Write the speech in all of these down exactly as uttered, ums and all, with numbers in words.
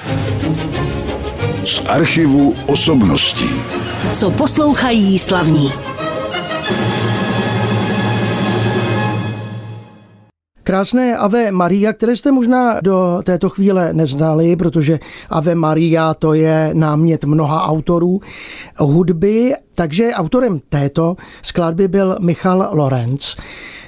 Z archivu osobností. Co poslouchají slavní. Krásné Ave Maria, které jste možná do této chvíle neznali, protože Ave Maria to je námět mnoha autorů hudby, takže autorem této skladby byl Michal Lorenz.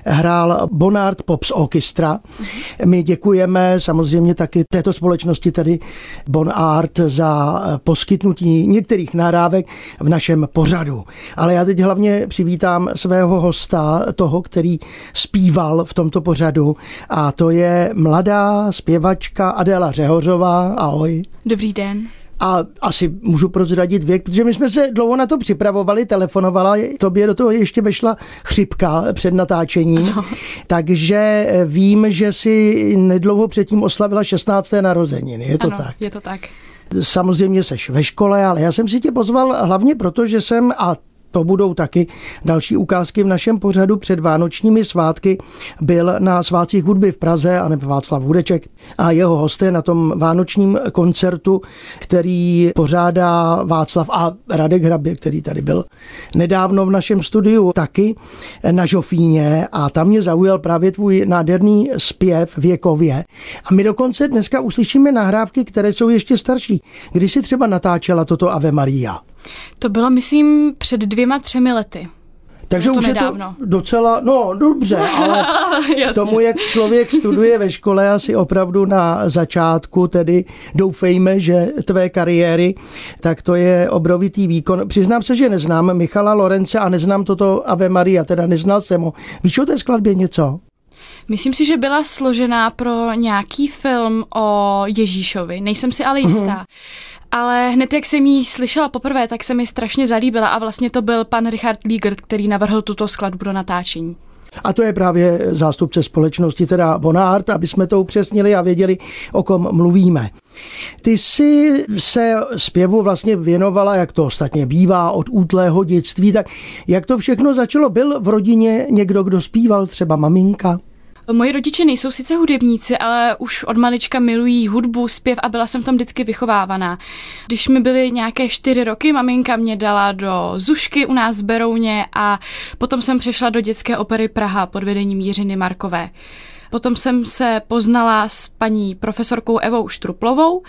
Hrál Bonard Pops Orchestra. My děkujeme samozřejmě taky této společnosti, tedy Bonard, za poskytnutí některých nahrávek v našem pořadu. Ale já teď hlavně přivítám svého hosta, toho, který zpíval v tomto pořadu, a to je mladá zpěvačka Adéla Řehořová. Ahoj. Dobrý den. A asi můžu prozradit věk, protože my jsme se dlouho na to připravovali, telefonovala, tobě do toho ještě vešla chřipka před natáčením, ano. Takže vím, že si nedlouho předtím oslavila šestnácté narozeniny, je to ano, tak? je to tak. Samozřejmě seš ve škole, ale já jsem si tě pozval hlavně proto, že jsem, a to budou taky další ukázky v našem pořadu, před vánočními svátky byl na svátcích hudby v Praze a nebo Václav Hudeček a jeho hosté na tom vánočním koncertu, který pořádá Václav a Radek Hrabě, který tady byl nedávno v našem studiu taky na Žofíně, a tam mě zaujal právě tvůj nádherný zpěv věkově. A my dokonce dneska uslyšíme nahrávky, které jsou ještě starší. Kdy jsi třeba natáčela toto Ave Maria? To bylo, myslím, před dvěma, třemi lety. Takže už nedávno. Je to docela, no dobře, ale k tomu, jak člověk studuje ve škole, asi opravdu na začátku, tedy doufejme, že tvé kariéry, tak to je obrovitý výkon. Přiznám se, že neznám Michala Lorence a neznám toto Ave Maria, teda neznal jsem ho. Víš o té skladbě něco? Myslím si, že byla složená pro nějaký film o Ježíšovi, nejsem si ale jistá. Uhum. Ale hned, jak jsem ji slyšela poprvé, tak se mi strašně zalíbila a vlastně to byl pan Richard Liegert, který navrhl tuto skladbu do natáčení. A to je právě zástupce společnosti, teda Bonard, aby jsme to upřesnili a věděli, o kom mluvíme. Ty jsi se zpěvu vlastně věnovala, jak to ostatně bývá, od útlého dětství, tak jak to všechno začalo? Byl v rodině někdo, kdo zpíval, třeba maminka? Moji rodiče nejsou sice hudebníci, ale už od malička milují hudbu, zpěv a byla jsem v tom vždycky vychovávaná. Když mi byly nějaké čtyři roky, maminka mě dala do Zušky u nás v Berouně a potom jsem přešla do dětské opery Praha pod vedením Jiřiny Markové. Potom jsem se poznala s paní profesorkou Evou Štruplovou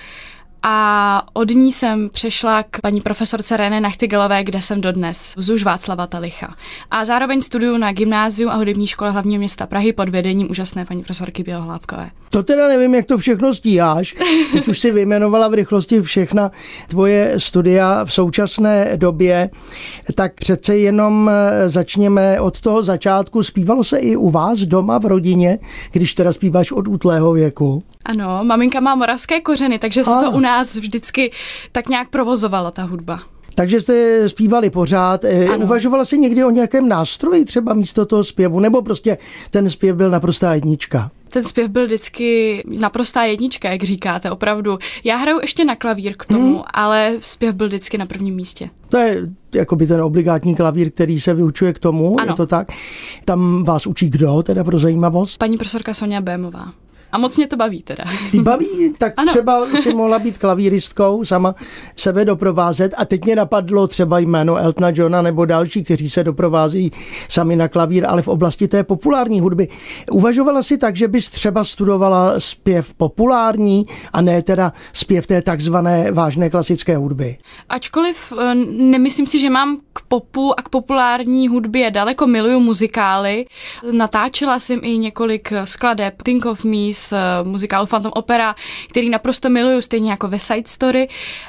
a od ní jsem přešla k paní profesorce René Nachtigalové, kde jsem dodnes, vzuš Václava Talicha. A zároveň studuju na gymnáziu a hudební škole hlavního města Prahy pod vedením úžasné paní profesorky Bělohlávkové. To teda nevím, jak to všechno stíháš. Teď už si vyjmenovala v rychlosti všechna tvoje studia v současné době. Tak přece jenom začněme od toho začátku. Zpívalo se i u vás doma v rodině, když teda zpíváš od útlého věku? Ano, maminka má moravské kořeny, takže se to u nás vždycky tak nějak provozovala ta hudba. Takže jste zpívali pořád. Ano. Uvažovala jsi někdy o nějakém nástroji třeba místo toho zpěvu, nebo prostě ten zpěv byl naprostá jednička? Ten zpěv byl vždycky naprostá jednička, jak říkáte, opravdu. Já hraju ještě na klavír k tomu, hmm. ale zpěv byl vždycky na prvním místě. To je jakoby ten obligátní klavír, který se vyučuje k tomu, ano. Je to tak? Tam vás učí kdo, teda pro zajímavost? Paní profesorka Sonja Bémová. A moc mě to baví teda. Ty baví? Tak ano. Třeba si mohla být klavíristkou, sama sebe doprovázet. A teď mě napadlo třeba jméno Eltona Johna nebo další, kteří se doprovází sami na klavír, ale v oblasti té populární hudby. Uvažovala si tak, že bys třeba studovala zpěv populární a ne teda zpěv té takzvané vážné klasické hudby? Ačkoliv nemyslím si, že mám k popu a k populární hudbě daleko, miluju muzikály. Natáčela jsem i několik skladeb Think of Me z muzikálu Phantom Opera, který naprosto miluju, stejně jako West Side Story,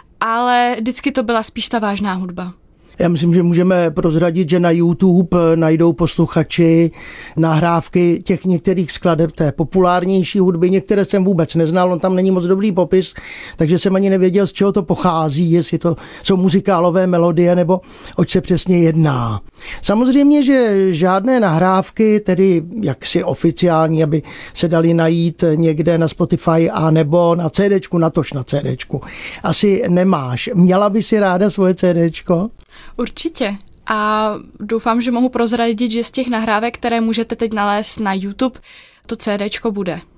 ale vždycky to byla spíš ta vážná hudba. Já myslím, že můžeme prozradit, že na YouTube najdou posluchači nahrávky těch některých skladeb té populárnější hudby. Některé jsem vůbec neznal, on tam není moc dobrý popis, takže jsem ani nevěděl, z čeho to pochází, jestli to jsou muzikálové melodie nebo oč se přesně jedná. Samozřejmě, že žádné nahrávky, tedy jaksi oficiální, aby se dali najít někde na Spotify a nebo na CDčku, natož na CDčku, asi nemáš. Měla by si ráda svoje CDčko? Určitě. A doufám, že mohu prozradit, že z těch nahrávek, které můžete teď nalézt na YouTube, to CDčko bude.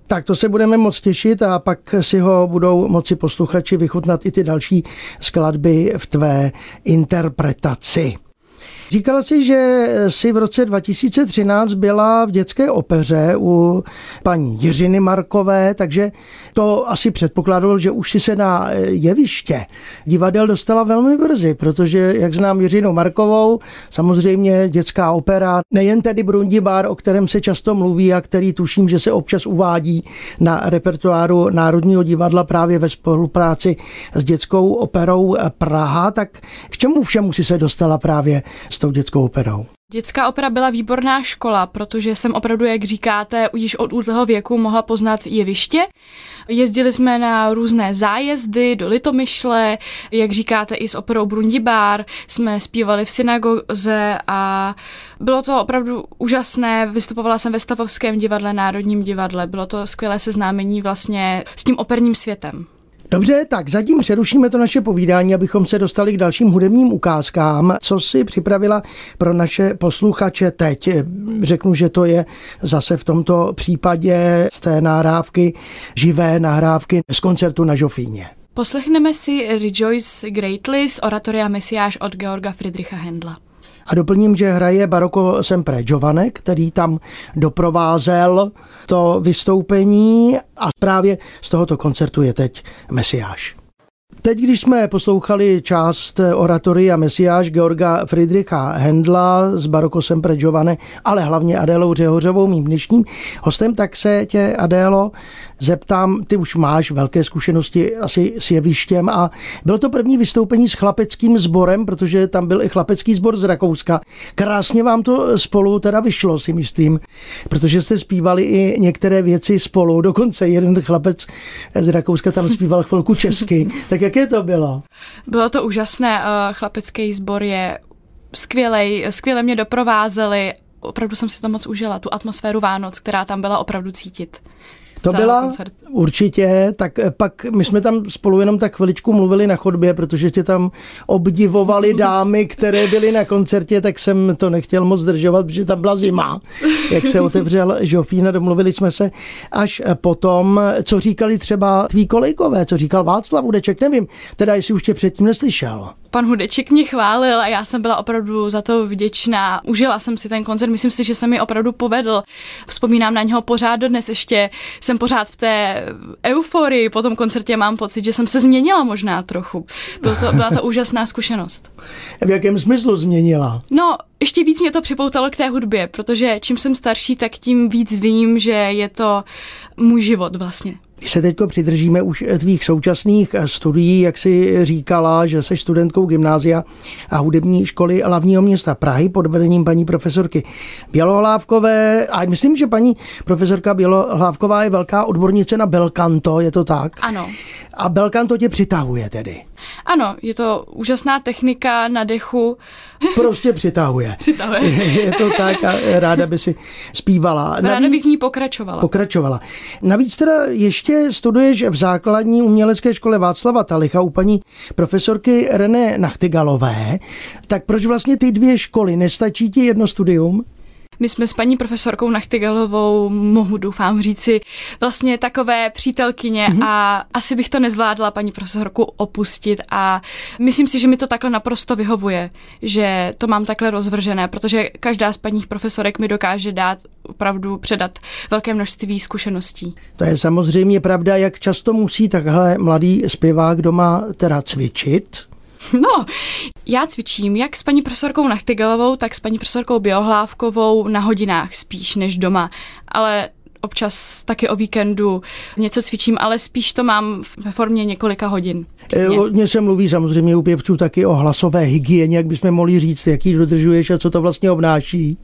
Tak to se budeme moc těšit a pak si ho budou moci posluchači vychutnat i ty další skladby v tvé interpretaci. Říkala jsi, že jsi v roce dva tisíce třináct byla v dětské opeře u paní Jiřiny Markové, takže to asi předpokládalo, že už si se na jeviště divadel dostala velmi brzy, protože, jak znám Jiřinu Markovou, samozřejmě dětská opera, nejen tedy Brundibár, o kterém se často mluví a který tuším, že se občas uvádí na repertoáru Národního divadla právě ve spolupráci s dětskou operou Praha, tak k čemu všemu si se dostala právě s tou dětskou operou? Dětská opera byla výborná škola, protože jsem opravdu, jak říkáte, již od útlého věku mohla poznat jeviště. Jezdili jsme na různé zájezdy do Litomyšle, jak říkáte, i s operou Brundibár, jsme zpívali v synagoze a bylo to opravdu úžasné. Vystupovala jsem ve Stavovském divadle, Národním divadle. Bylo to skvělé seznámení vlastně s tím operním světem. Dobře, tak zatím přerušíme to naše povídání, abychom se dostali k dalším hudebním ukázkám. Co si připravila pro naše posluchače teď? Řeknu, že to je zase v tomto případě z té nahrávky, živé nahrávky z koncertu na Žofíně. Poslechneme si Rejoice Greatly z oratoria Mesiáš od Georga Friedricha Händla. A doplním, že hraje Barocco Sempre Giovane, který tam doprovázel to vystoupení a právě z tohoto koncertu je teď Mesiáš. Teď, když jsme poslouchali část oratoria Mesiáš Georga Friedricha Händla z Barocco Sempre Giovane, ale hlavně Adélou Řehořovou, mým dnešním hostem, tak se tě, Adélo, zeptám, ty už máš velké zkušenosti asi s jevištěm a bylo to první vystoupení s chlapeckým sborem, protože tam byl i chlapecký sbor z Rakouska. Krásně vám to spolu teda vyšlo, si myslím, protože jste zpívali i některé věci spolu, dokonce jeden chlapec z Rakouska tam zpíval chvilku česky. Tak jaké to bylo? Bylo to úžasné, chlapecký sbor je skvělej, skvěle mě doprovázeli, opravdu jsem si to moc užila, tu atmosféru Vánoc, která tam byla opravdu cítit. To byla koncert. Určitě, tak pak my jsme tam spolu jenom tak chviličku mluvili na chodbě, protože tě tam obdivovali dámy, které byly na koncertě, tak jsem to nechtěl moc zdržovat, protože tam byla zima, jak se otevřel Žofín a domluvili jsme se až potom, co říkali třeba tví kolegové, co říkal Václav Hudeček, nevím, teda jestli už tě předtím neslyšel. Pan Hudeček mě chválil a já jsem byla opravdu za to vděčná. Užila jsem si ten koncert, myslím si, že se mi opravdu povedl. Vzpomínám na něho pořád dodnes, ještě jsem pořád v té euforii po tom koncertě, mám pocit, že jsem se změnila možná trochu. Bylo to, byla to úžasná zkušenost. V jakém smyslu změnila? No, ještě víc mě to připoutalo k té hudbě, protože čím jsem starší, tak tím víc vím, že je to můj život vlastně. Když se teď přidržíme už tvých současných studií, jak jsi říkala, že jsi studentkou gymnázia a hudební školy hlavního města Prahy pod vedením paní profesorky Bělohlávkové. A myslím, že paní profesorka Bělohlávková je velká odbornice na belcanto, je to tak? Ano. A belcanto tě přitahuje tedy? Ano, je to úžasná technika na dechu. Prostě přitahuje. Přitahuje. Je to tak a ráda by si zpívala. Navíc, ráda bych v ní pokračovala. Pokračovala. Navíc teda ještě studuješ v základní umělecké škole Václava Talicha u paní profesorky René Nachtigalové. Tak proč vlastně ty dvě školy? Nestačí ti jedno studium? My jsme s paní profesorkou Nachtigalovou, mohu doufám říci, vlastně takové přítelkyně mm-hmm. a asi bych to nezvládla paní profesorku opustit a myslím si, že mi to takhle naprosto vyhovuje, že to mám takhle rozvržené, protože každá z paních profesorek mi dokáže dát opravdu předat velké množství zkušeností. To je samozřejmě pravda, jak často musí takhle mladý zpěvák doma teda cvičit. No, já cvičím jak s paní profesorkou Nachtigalovou, tak s paní profesorkou Bělohlávkovou na hodinách spíš než doma, ale občas taky o víkendu něco cvičím, ale spíš to mám ve formě několika hodin. Hodně se mluví samozřejmě u pěvců taky o hlasové hygieně, jak bychom mohli říct, jaký dodržuješ a co to vlastně obnáší?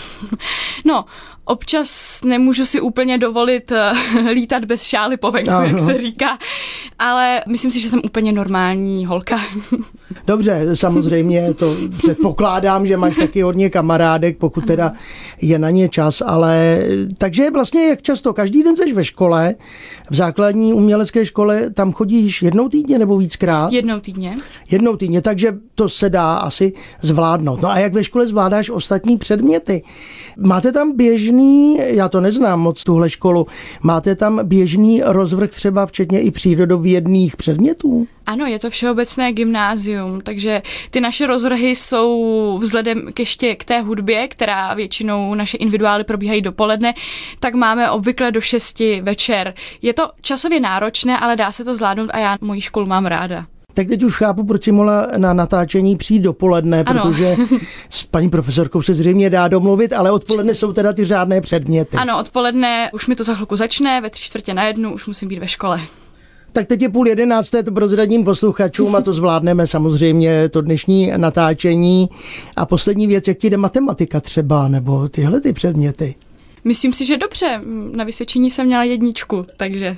No, občas nemůžu si úplně dovolit lítat bez šály po venku, jak se říká, ale myslím si, že jsem úplně normální holka. Dobře, samozřejmě to předpokládám, že máš taky hodně kamarádek, pokud teda je na ně čas, ale takže vlastně jak často, každý den jsi ve škole, v základní umělecké škole, tam chodíš jednou týdně nebo víckrát? Jednou týdně. Jednou týdně, takže to se dá asi zvládnout. No a jak ve škole zvládáš ostatní předměty? Máte tam běžný, já to neznám moc tuhle školu, máte tam běžný rozvrh třeba včetně i přírodovědných předmětů? Ano, je to všeobecné gymnázium, takže ty naše rozvrhy jsou vzhledem k ještě k té hudbě, která většinou naše individuály probíhají dopoledne, tak máme obvykle do šesti večer. Je to časově náročné, ale dá se to zvládnout a já moji školu mám ráda. Tak teď už chápu, proč si mohla na natáčení přijít dopoledne, ano. Protože s paní profesorkou se zřejmě dá domluvit, ale odpoledne jsou teda ty řádné předměty. Ano, odpoledne už mi to za chvilku začne, ve tři čtvrtě na jednu už musím být ve škole. Tak teď je půl jedenácté, to prozradím posluchačům a to zvládneme samozřejmě to dnešní natáčení. A poslední věc, jak ti jde matematika třeba, nebo tyhle ty předměty? Myslím si, že dobře. Na vysvědčení jsem měla jedničku, takže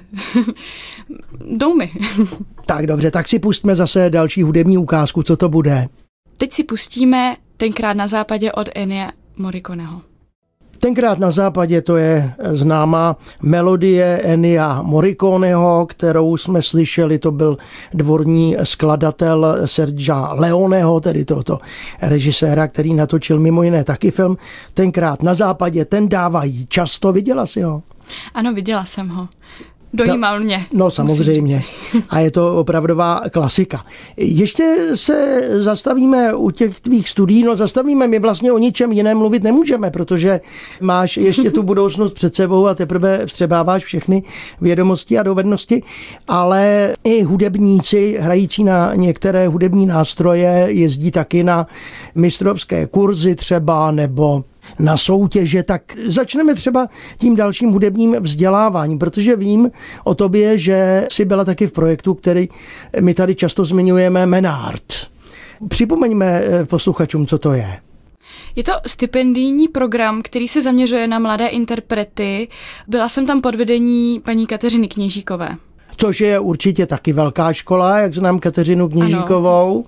jdou mi. Tak dobře, tak si pustíme zase další hudební ukázku, co to bude. Teď si pustíme Tenkrát na západě od Ennia Morriconeho. Tenkrát na západě, to je známá melodie Ennia Morriconeho, kterou jsme slyšeli, to byl dvorní skladatel Sergia Leoneho, tedy tohoto režiséra, který natočil mimo jiné taky film Tenkrát na západě, ten dávají často, viděla jsi ho? Ano, viděla jsem ho. Dojímal mě. No samozřejmě. A je to opravdová klasika. Ještě se zastavíme u těch tvých studií, no zastavíme, my vlastně o ničem jiném mluvit nemůžeme, protože máš ještě tu budoucnost před sebou a teprve vstřebáváš všechny vědomosti a dovednosti, ale i hudebníci hrající na některé hudební nástroje jezdí taky na mistrovské kurzy třeba nebo na soutěže, tak začneme třeba tím dalším hudebním vzděláváním, protože vím o tobě, že jsi byla taky v projektu, který my tady často zmiňujeme, Menard. Připomeňme posluchačům, co to je. Je to stipendijní program, který se zaměřuje na mladé interprety. Byla jsem tam pod vedení paní Kateřiny Kněžíkové. Což je určitě taky velká škola, jak znám Kateřinu Kněžíkovou. Ano.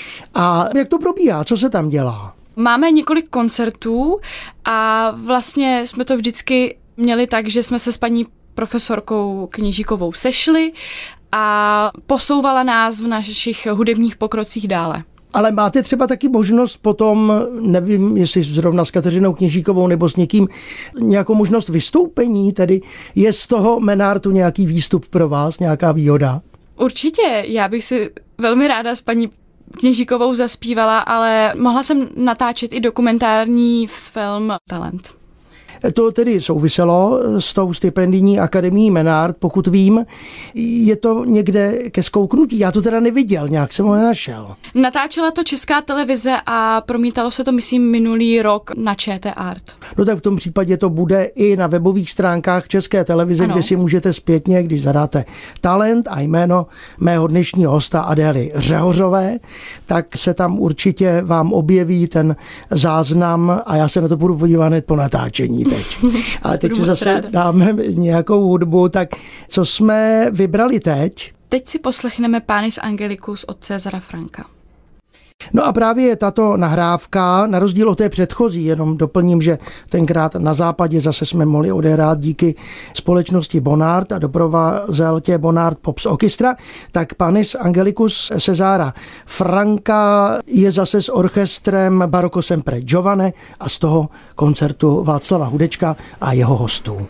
A jak to probíhá? Co se tam dělá? Máme několik koncertů a vlastně jsme to vždycky měli tak, že jsme se s paní profesorkou Kněžíkovou sešli a posouvala nás v našich hudebních pokrocích dále. Ale máte třeba taky možnost potom, nevím, jestli zrovna s Kateřinou Kněžíkovou nebo s někým, nějakou možnost vystoupení, tedy je z toho Menardu nějaký výstup pro vás, nějaká výhoda? Určitě, já bych si velmi ráda s paní Kněžíkovou zaspívala, ale mohla jsem natáčet i dokumentární film Talent. To tedy souviselo s tou stipendijní akademií Menard, pokud vím. Je to někde ke zkouknutí? Já to teda neviděl, nějak jsem ho nenašel. Natáčela to Česká televize a promítalo se to, myslím, minulý rok na ČT Art. No tak v tom případě to bude i na webových stránkách České televize, ano. Kde si můžete zpětně, když zadáte Talent a jméno mého dnešního hosta Adély Řehořové, tak se tam určitě vám objeví ten záznam a já se na to budu podívat hned po natáčení. Teď. Ale teď si zase ráda. Dáme nějakou hudbu, tak co jsme vybrali teď? Teď si poslechneme Panis Angelicus od Césara Franka. No a právě tato nahrávka, na rozdíl od té předchozí, jenom doplním, že tenkrát na západě zase jsme mohli odehrát díky společnosti Bonard a doprovázel tě Bonard Pops Orchestra, tak Panis Angelicus Césara Franka je zase s orchestrem Barocco Sempre Giovane a z toho koncertu Václava Hudečka a jeho hostů.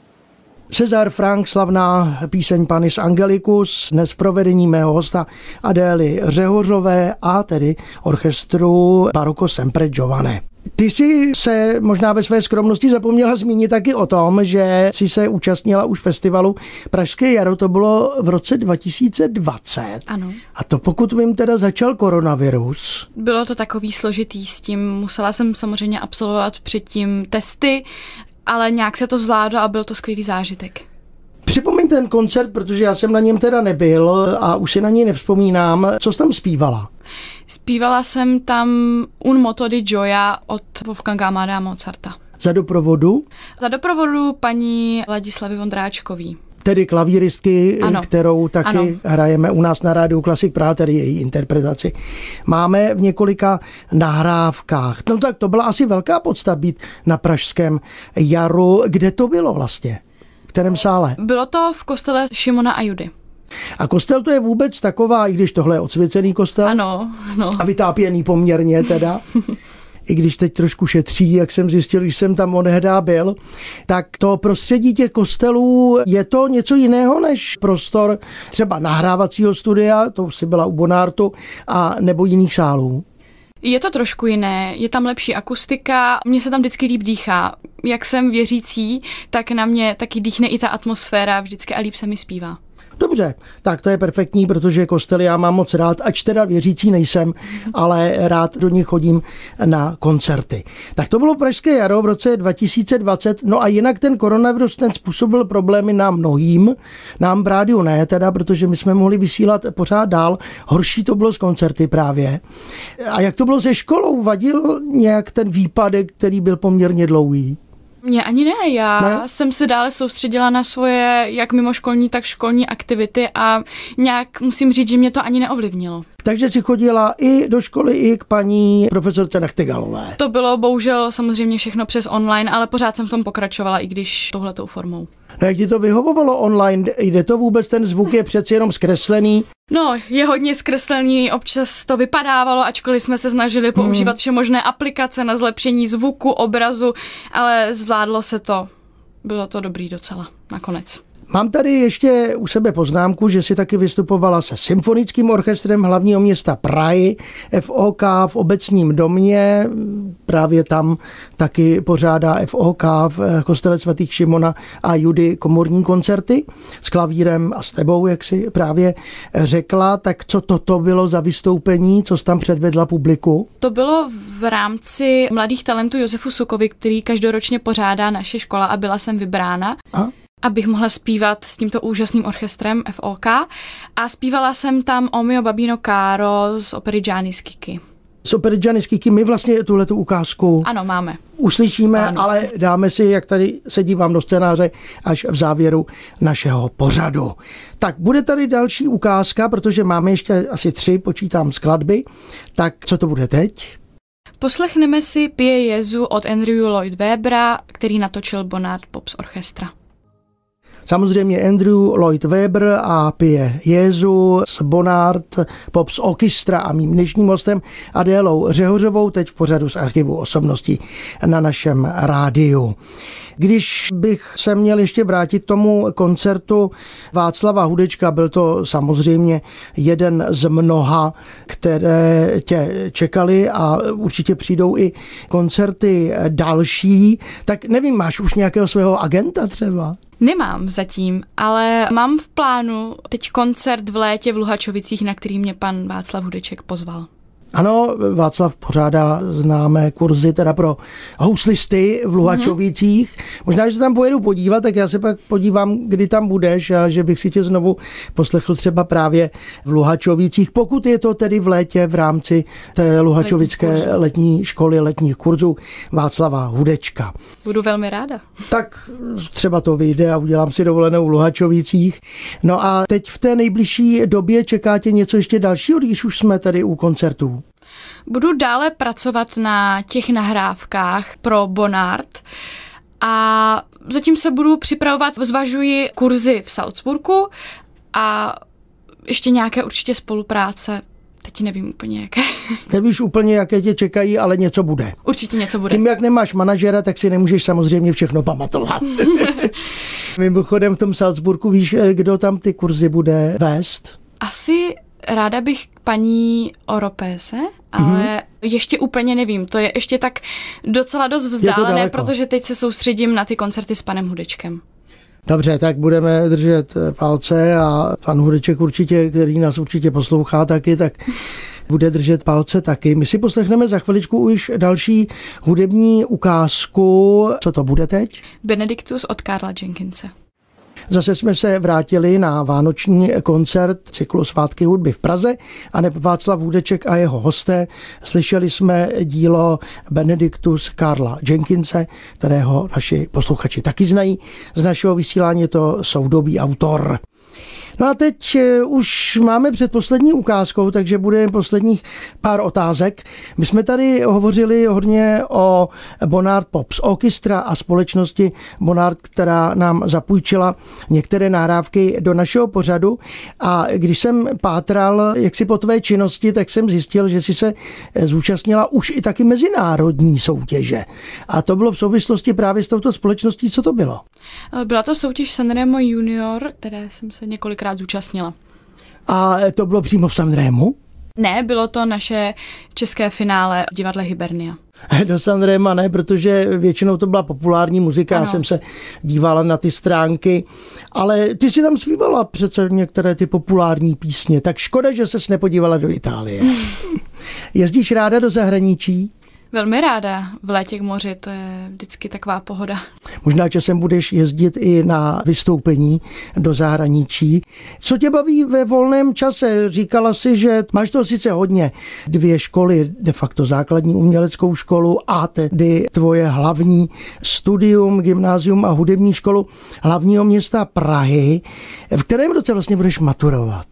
César Frank, slavná píseň Panis Angelicus, dnes v provedení mého hosta Adély Řehořové a tedy orchestru Barocco Sempre Giovane. Ty jsi se možná ve své skromnosti zapomněla zmínit taky o tom, že jsi se účastnila už festivalu Pražské jaro, to bylo v roce dva tisíce dvacet. Ano. A to pokud vím, teda začal koronavirus. Bylo to takový složitý s tím, musela jsem samozřejmě absolvovat předtím testy, ale nějak se to zvládlo a byl to skvělý zážitek. Připomeň ten koncert, protože já jsem na něm teda nebyl a už si na něj nevzpomínám. Co jsi tam zpívala? Zpívala jsem tam Un moto di gioia od Wolfganga Amadea Mozarta. Za doprovodu? Za doprovodu paní Ladislavy Vondráčkový. Tedy klavíristky, ano. kterou taky ano. hrajeme u nás na Rádiu Klasik Praha, tedy její interpretaci. Máme v několika nahrávkách. No tak to byla asi velká podsta být na Pražském jaru. Kde to bylo vlastně? V kterém sále? Bylo to v kostele Šimona a Judy. A kostel to je vůbec taková, i když tohle je odsvěcený kostel? Ano. No. A vytápěný poměrně teda. I když teď trošku šetří, jak jsem zjistil, když jsem tam onehdá byl, tak to prostředí těch kostelů, je to něco jiného než prostor třeba nahrávacího studia, to už si byla u Bonartu, a nebo jiných sálů. Je to trošku jiné, je tam lepší akustika, mně se tam vždycky líp dýchá. Jak jsem věřící, tak na mě taky dýchne i ta atmosféra vždycky a líp se mi zpívá. Dobře, tak to je perfektní, protože kostely já mám moc rád, ač teda věřící nejsem, ale rád do nich chodím na koncerty. Tak to bylo Pražské jaro v roce dva tisíce dvacet, no a jinak ten koronavirus ten způsobil problémy nám mnohým, nám v rádiu ne teda, protože my jsme mohli vysílat pořád dál, horší to bylo s koncerty právě. A jak to bylo se školou, vadil nějak ten výpadek, který byl poměrně dlouhý? Mně ani ne, já ne? jsem se dále soustředila na svoje jak mimoškolní, tak školní aktivity a nějak musím říct, že mě to ani neovlivnilo. Takže si chodila i do školy, i k paní profesorce Nachtigalové. To bylo bohužel samozřejmě všechno přes online, ale pořád jsem v tom pokračovala, i když touhletou formou. No jak ti to vyhovovalo online? Jde to vůbec, ten zvuk je přeci jenom zkreslený? No, je hodně zkreslený, občas to vypadávalo, ačkoliv jsme se snažili používat všemožné aplikace na zlepšení zvuku, obrazu, ale zvládlo se to. Bylo to dobrý docela, nakonec. Mám tady ještě u sebe poznámku, že si taky vystupovala se symfonickým orchestrem hlavního města Prahy, F O K v Obecním domě, právě tam taky pořádá F O K v kostele svatých Šimona a Judy komorní koncerty s klavírem a s tebou, jak si právě řekla. Tak co toto bylo za vystoupení, co jsi tam předvedla publiku? To bylo v rámci Mladých talentů Josefu Sukovi, který každoročně pořádá naše škola a byla jsem vybrána. A? Abych mohla zpívat s tímto úžasným orchestrem F O K a zpívala jsem tam O mio babino caro z opery Gianni Schicchi. Z opery Gianni Schicchi my vlastně tuhletu ukázku ano, máme. Uslyšíme, ano. Ale dáme si, jak tady se dívám do scénáře, až v závěru našeho pořadu. Tak bude tady další ukázka, protože máme ještě asi tři, počítám skladby. Tak co to bude teď? Poslechneme si Pie Jezu od Andrew Lloyd Webbera, který natočil Bonard Pops Orchestra. Samozřejmě Andrew Lloyd Webber a Pie Jezu z Bonard Pops Orchestra a mým dnešním hostem Adélou Řehořovou teď v pořadu z archivu osobností na našem rádiu. Když bych se měl ještě vrátit tomu koncertu Václava Hudečka, byl to samozřejmě jeden z mnoha, které tě čekali a určitě přijdou i koncerty další. Tak nevím, máš už nějakého svého agenta třeba? Nemám zatím, ale mám v plánu teď koncert v létě v Luhačovicích, na který mě pan Václav Hudeček pozval. Ano, Václav pořádá známé kurzy teda pro houslisty v Luhačovicích. Mm-hmm. Možná, že se tam pojedu podívat, tak já se pak podívám, kdy tam budeš a že bych si tě znovu poslechl třeba právě v Luhačovicích, pokud je to tedy v létě v rámci té luhačovické letní školy letních kurzů Václava Hudečka. Budu velmi ráda. Tak třeba to vyjde a udělám si dovolenou v Luhačovicích. No a teď v té nejbližší době čeká tě něco ještě dalšího, když už jsme tady u koncertů? Budu dále pracovat na těch nahrávkách pro Bonard a zatím se budu připravovat, zvažuji kurzy v Salzburgu a ještě nějaké určitě spolupráce. Teď nevím úplně jaké. Nevíš úplně, jaké tě čekají, ale něco bude. Určitě něco bude. Tím, jak nemáš manažera, tak si nemůžeš samozřejmě všechno pamatovat. Mimochodem v tom Salzburgu víš, kdo tam ty kurzy bude vést? Asi ráda bych paní Oropése, ale mm-hmm. ještě úplně nevím. To je ještě tak docela dost vzdálené, protože teď se soustředím na ty koncerty s panem Hudečkem. Dobře, tak budeme držet palce a pan Hudeček určitě, který nás určitě poslouchá taky, tak bude držet palce taky. My si poslechneme za chviličku už další hudební ukázku. Co to bude teď? Benediktus od Karla Jenkinse. Zase jsme se vrátili na vánoční koncert cyklu Svátky hudby v Praze a neb Václav Vůdeček a jeho hosté. Slyšeli jsme dílo Benedictus Karla Jenkinse, kterého naši posluchači taky znají. Z našeho vysílání je to soudobý autor. No a teď už máme před poslední ukázkou, takže bude posledních pár otázek. My jsme tady hovořili hodně o Bonard Pops Orchestra a společnosti Bonard, která nám zapůjčila některé nahrávky do našeho pořadu. A když jsem pátral jaksi po tvé činnosti, tak jsem zjistil, že si se zúčastnila už i taky mezinárodní soutěže. A to bylo v souvislosti právě s touto společností. Co to bylo? Byla to soutěž Sanremo Junior, které jsem se několikrát zúčastnila. A to bylo přímo v Sanremu? Ne, bylo to naše české finále v divadle Hibernia. Do Sanrema ne, protože většinou to byla populární muzika, ano. Já jsem se dívala na ty stránky, ale ty si tam zpívala přece některé ty populární písně, tak škoda, že ses nepodívala do Itálie. Jezdíš ráda do zahraničí? Velmi ráda. V létě k moři, to je vždycky taková pohoda. Možná časem budeš jezdit i na vystoupení do zahraničí. Co tě baví ve volném čase? Říkala jsi, že máš to sice hodně. Dvě školy, de facto základní uměleckou školu a tedy tvoje hlavní studium, gymnázium a hudební školu hlavního města Prahy. V kterém roce vlastně budeš maturovat?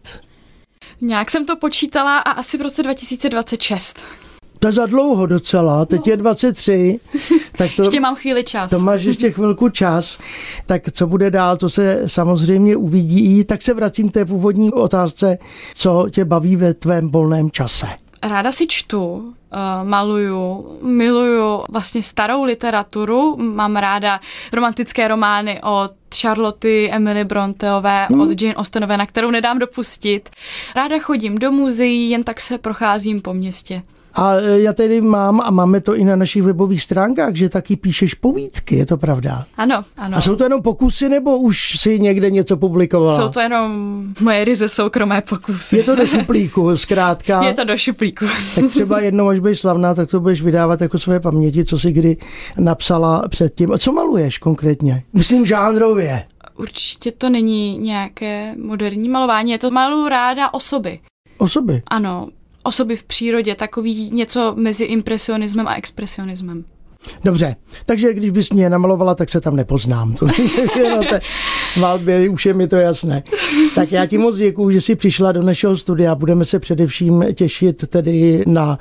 Nějak jsem to počítala a asi v roce dva tisíce dvacet šest. To je za dlouho docela, teď no. Je dvacet tři. Tak to, ještě mám chvíli čas. To máš ještě chvilku čas. Tak co bude dál, to se samozřejmě uvidí. Tak se vracím k té původní otázce, co tě baví ve tvém volném čase. Ráda si čtu, maluju, miluju vlastně starou literaturu, mám ráda romantické romány od Charlotte Emily Bronteové, hmm. od Jane Austenové, na kterou nedám dopustit. Ráda chodím do muzeí, jen tak se procházím po městě. A já tedy mám, a máme to i na našich webových stránkách, že taky píšeš povídky, je to pravda? Ano, ano. A jsou to jenom pokusy, nebo už si někde něco publikovala? Jsou to jenom moje ryze soukromé pokusy. Je to do šuplíku, zkrátka. Je to do šuplíku. Tak třeba jednou, až budeš slavná, tak to budeš vydávat jako své paměti, co jsi kdy napsala předtím. A co maluješ konkrétně? Myslím žánrově. Určitě to není nějaké moderní malování, je to maluju ráda osoby. Osoby? Ano. Osoby v přírodě, takový něco mezi impresionismem a expresionismem. Dobře, takže když bys mě namalovala, tak se tam nepoznám. To je na té malbě, už je mi to jasné. Tak já ti moc děkuju, že jsi přišla do našeho studia. Budeme se především těšit tedy na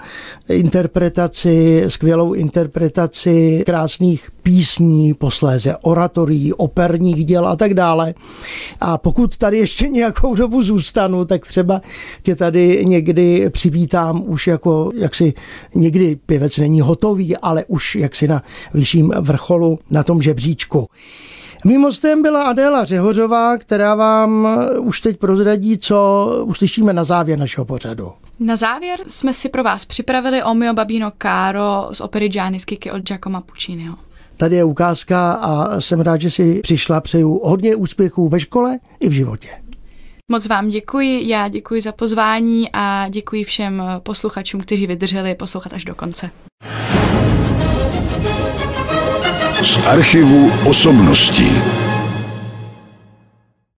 interpretaci, skvělou interpretaci krásných písní, posléze oratorií, operních děl a tak dále. A pokud tady ještě nějakou dobu zůstanu, tak třeba tě tady někdy přivítám už jako, jaksi někdy pěvec není hotový, ale už jaksi na vyšším vrcholu na tom žebříčku. Mým hostem byla Adéla Řehořová, která vám už teď prozradí, co uslyšíme na závěr našeho pořadu. Na závěr jsme si pro vás připravili O mio babino caro z opery Gianni Schicchi od Giacomo Pucciniho. Tady je ukázka a jsem rád, že jsi přišla. Přeju hodně úspěchů ve škole i v životě. Moc vám děkuji, já děkuji za pozvání a děkuji všem posluchačům, kteří vydrželi poslouchat až do konce. Z archivu osobností.